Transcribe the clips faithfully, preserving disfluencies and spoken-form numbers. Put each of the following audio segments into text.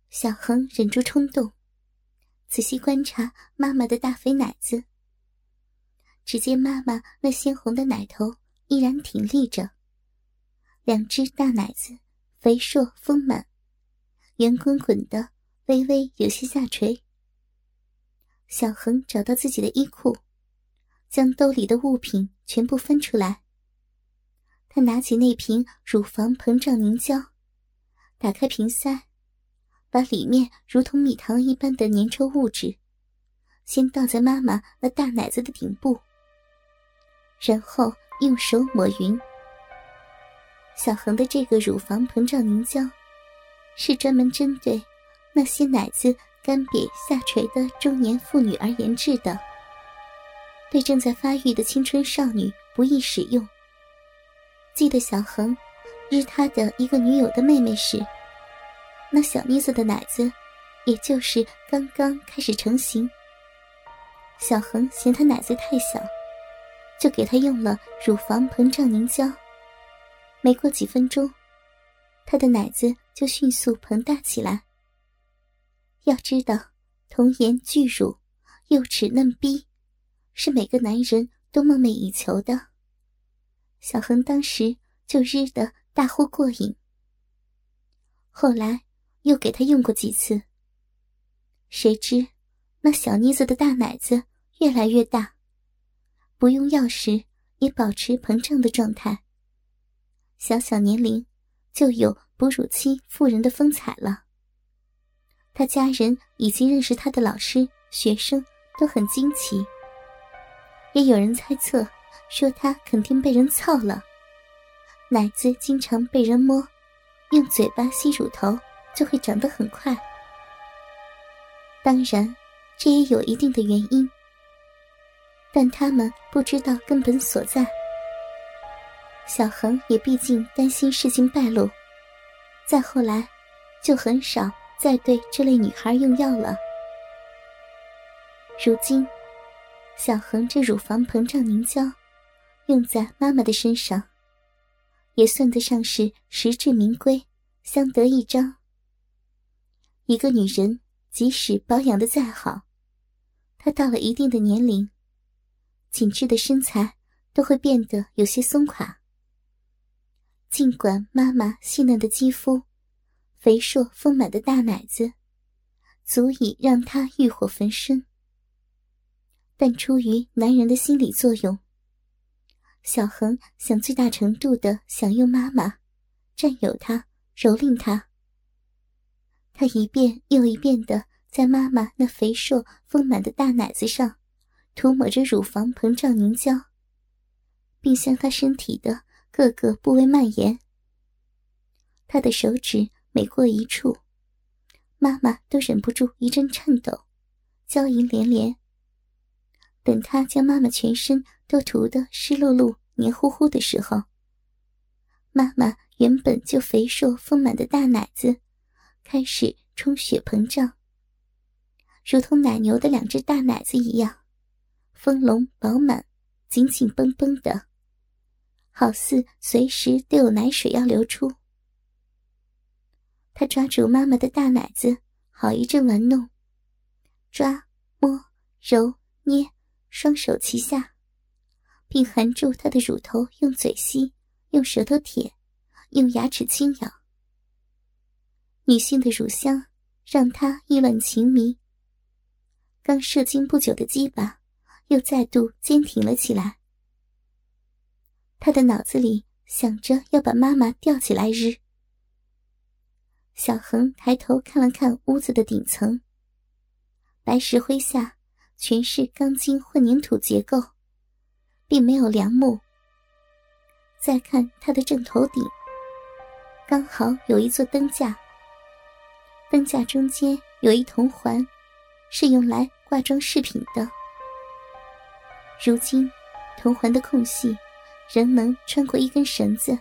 小恒忍住冲动，仔细观察妈妈的大肥奶子。只见妈妈那鲜红的奶头依然挺立着，两只大奶子肥硕丰满，圆滚滚的，微微有些下垂。小恒找到自己的衣库，将兜里的物品全部翻出来。他拿起那瓶乳房膨胀凝胶，打开瓶塞，把里面如同蜜糖一般的粘稠物质先倒在妈妈那大奶子的顶部，然后用手抹匀。小恒的这个乳房膨胀凝胶是专门针对那些奶子干瘪下垂的中年妇女而研制的，对正在发育的青春少女不宜使用。记得小恒日他的一个女友的妹妹时，那小妮子的奶子也就是刚刚开始成型。小恒嫌她奶子太小，就给她用了乳房膨胀凝胶。没过几分钟，她的奶子就迅速膨大起来。要知道，童颜巨乳，幼齿嫩逼，是每个男人都梦寐以求的。小恒当时就日得大呼过瘾。后来又给他用过几次，谁知那小妮子的大奶子越来越大，不用药时也保持膨胀的状态。小小年龄就有哺乳期妇人的风采了。他家人以及认识他的老师、学生都很惊奇，也有人猜测说他肯定被人操了，奶子经常被人摸，用嘴巴吸乳头就会长得很快。当然这也有一定的原因，但他们不知道根本所在。小恒也毕竟担心事情败露，再后来就很少再对这类女孩用药了。如今小恒这乳房膨胀凝胶用在妈妈的身上，也算得上是实至名归，相得益彰。一个女人即使保养得再好，她到了一定的年龄，紧致的身材都会变得有些松垮。尽管妈妈细嫩的肌肤，肥硕丰满的大奶子，足以让她欲火焚身，但出于男人的心理作用，小恒想最大程度地享用妈妈，占有她，蹂躏她。他一遍又一遍地在妈妈那肥硕丰满的大奶子上涂抹着乳房膨胀凝胶，并向她身体的各个部位蔓延。他的手指每过一处，妈妈都忍不住一阵颤抖，娇吟连连。等他将妈妈全身都涂得湿漉漉黏糊糊的时候，妈妈原本就肥硕丰满的大奶子开始充血膨胀，如同奶牛的两只大奶子一样，丰隆饱满，紧紧绷绷的，好似随时都有奶水要流出。他抓住妈妈的大奶子，好一阵玩弄，抓、摸、揉、捏，双手齐下，并含住她的乳头，用嘴吸，用舌头舔，用牙齿轻咬。女性的乳香让他意乱情迷，刚射精不久的鸡巴又再度坚挺了起来。他的脑子里想着要把妈妈吊起来日。小恒抬头看了看屋子的顶层，白石灰下全是钢筋混凝土结构，并没有梁木。再看他的正头顶，刚好有一座灯架，灯架中间有一铜环，是用来挂装饰品的。如今铜环的空隙仍能穿过一根绳子。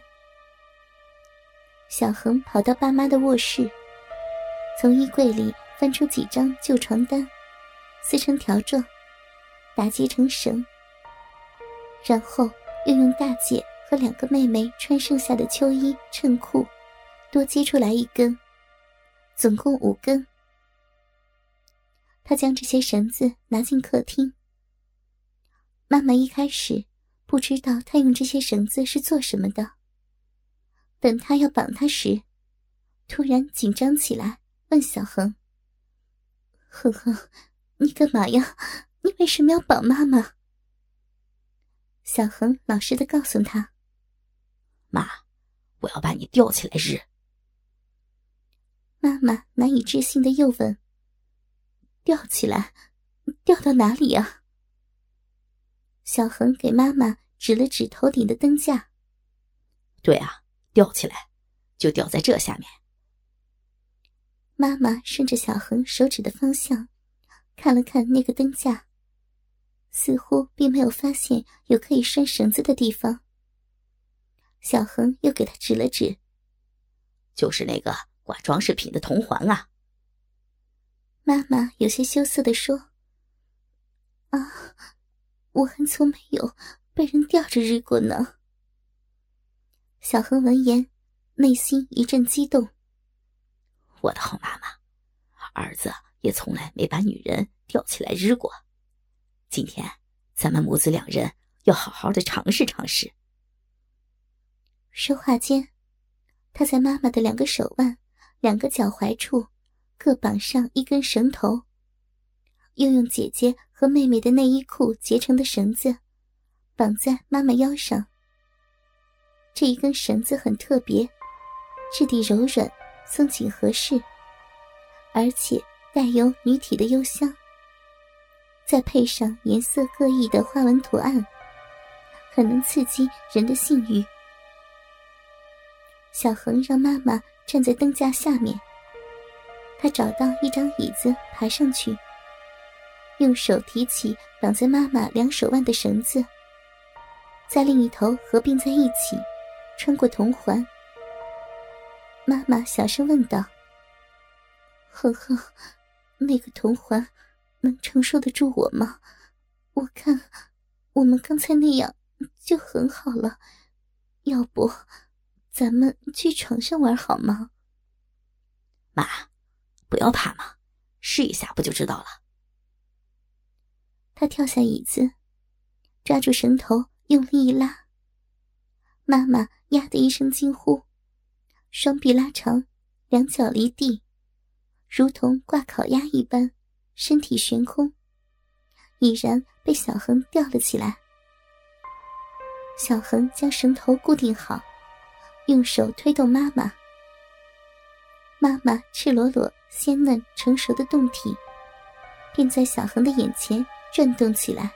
小恒跑到爸妈的卧室，从衣柜里翻出几张旧床单，撕成条状，打结成绳，然后又用大姐和两个妹妹穿剩下的秋衣衬裤多接出来一根， 总共五根。他将这些绳子拿进客厅。妈妈一开始不知道他用这些绳子是做什么的，等他要绑他时，突然紧张起来，问小恒：恒恒，你干嘛呀？你为什么要绑妈妈？小恒老实地告诉他： 妈，我要把你吊起来日。 妈妈难以置信地又问：吊起来？吊到哪里呀？小恒给妈妈指了指头顶的灯架。 对啊，吊起来，就吊在这下面。 妈妈顺着小恒手指的方向看了看那个灯架，似乎并没有发现有可以拴绳子的地方。小恒又给他指了指： 就是那个挂装饰品的铜环啊。 妈妈有些羞涩地说：啊，我还从没有被人吊着日过呢。小恒闻言，内心一阵激动。 我的好妈妈，儿子也从来没把女人吊起来日过。今天咱们母子两人要好好的尝试尝试。 说话间，他在妈妈的两个手腕、两个脚踝处各绑上一根绳头，又用姐姐和妹妹的内衣裤结成的绳子绑在妈妈腰上。这一根绳子很特别，质地柔软，松紧合适，而且带有女体的幽香，再配上颜色各异的花纹图案，很能刺激人的性欲。小恒让妈妈站在灯架下面，他找到一张椅子爬上去，用手提起绑在妈妈两手腕的绳子，在另一头合并在一起，穿过铜环。妈妈小声问道：恒恒，那个铜环能承受得住我吗？我看我们刚才那样就很好了，要不咱们去床上玩好吗？ 妈，不要怕嘛，试一下不就知道了。 他跳下椅子，抓住绳头用力一拉，妈妈呀的一声惊呼，双臂拉长，两脚离地，如同挂烤鸭一般，身体悬空，已然被小恒吊了起来。小恒将绳头固定好，用手推动妈妈。妈妈赤裸裸鲜嫩成熟的胴体便在小恒的眼前转动起来。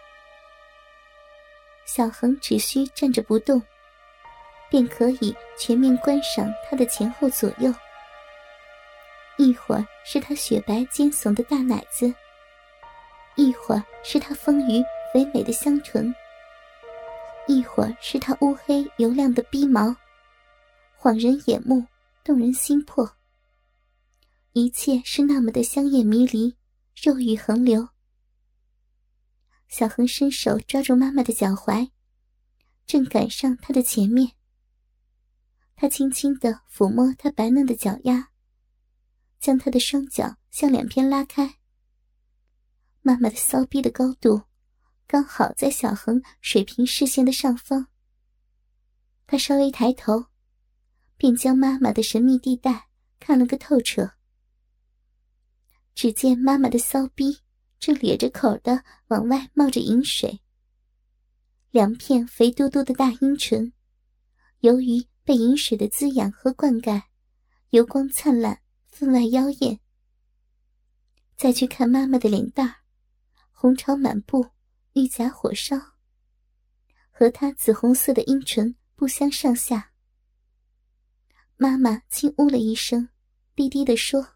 小恒只需站着不动，便可以全面观赏他的前后左右。一会儿是他雪白尖耸的大奶子，一会儿是他丰腴肥美的香臀，一会儿是他乌黑油亮的逼毛，晃人眼目，动人心魄。一切是那么的香艳迷离，肉欲横流。小恒伸手抓住妈妈的脚踝，正赶上她的前面。他轻轻地抚摸她白嫩的脚丫，将她的双脚向两边拉开。妈妈的骚逼的高度刚好在小恒水平视线的上方。他稍微抬头，便将妈妈的神秘地带看了个透彻。只见妈妈的骚逼正咧着口的往外冒着饮水，两片肥嘟嘟的大阴唇由于被饮水的滋养和灌溉，油光灿烂，分外妖艳。再去看妈妈的脸蛋，红潮满布，玉甲火烧，和她紫红色的阴唇不相上下。妈妈轻呜了一声，低低地说：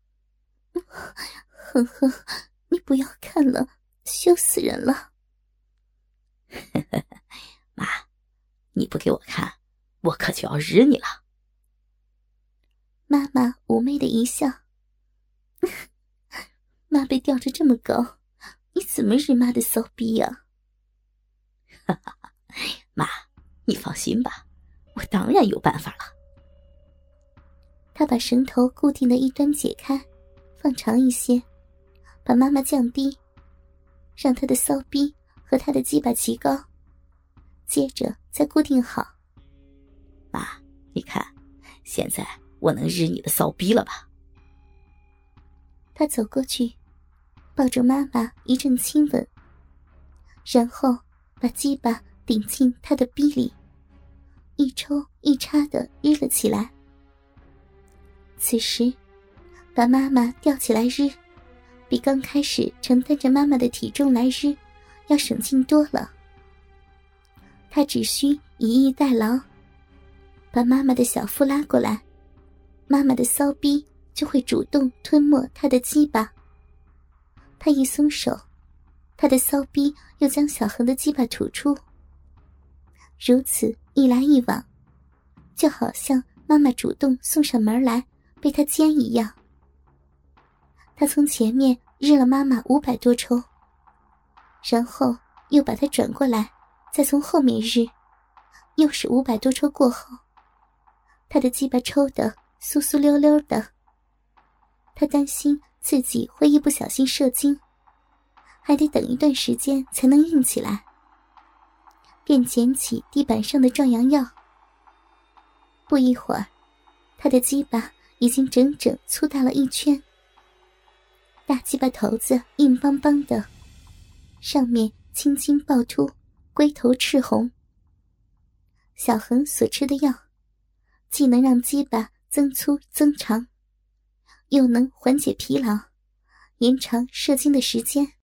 恒恒，你不要看了，羞死人了。 妈，你不给我看，我可就要日你了。 妈妈妩媚的一笑：妈被吊着这么高，你怎么日妈的骚逼呀？ 妈，你放心吧，我当然有办法了。 他把绳头固定的一端解开，放长一些，把妈妈降低，让他的骚逼和他的鸡巴齐高，接着再固定好。 妈，你看，现在我能日你的骚逼了吧？ 他走过去，抱住妈妈一阵亲吻，然后把鸡巴顶进他的逼里，一抽一插地日了起来。此时把妈妈吊起来日，比刚开始承担着妈妈的体重来日要省劲多了。他只需以逸待劳，把妈妈的小腹拉过来，妈妈的骚逼就会主动吞没他的鸡巴。他一松手，他的骚逼又将小恒的鸡巴吐出。如此一来一往，就好像妈妈主动送上门来被他奸一样。他从前面日了妈妈五百多抽，然后又把她转过来，再从后面日，又是五百多抽过后，他的鸡巴抽得酥酥溜溜的。他担心自己会一不小心射精，还得等一段时间才能硬起来，便捡起地板上的壮阳药。不一会儿，他的鸡巴已经整整粗大了一圈，大鸡巴头子硬邦邦的，上面青筋暴突，龟头赤红。小恒所吃的药既能让鸡巴增粗增长，又能缓解疲劳，延长射精的时间。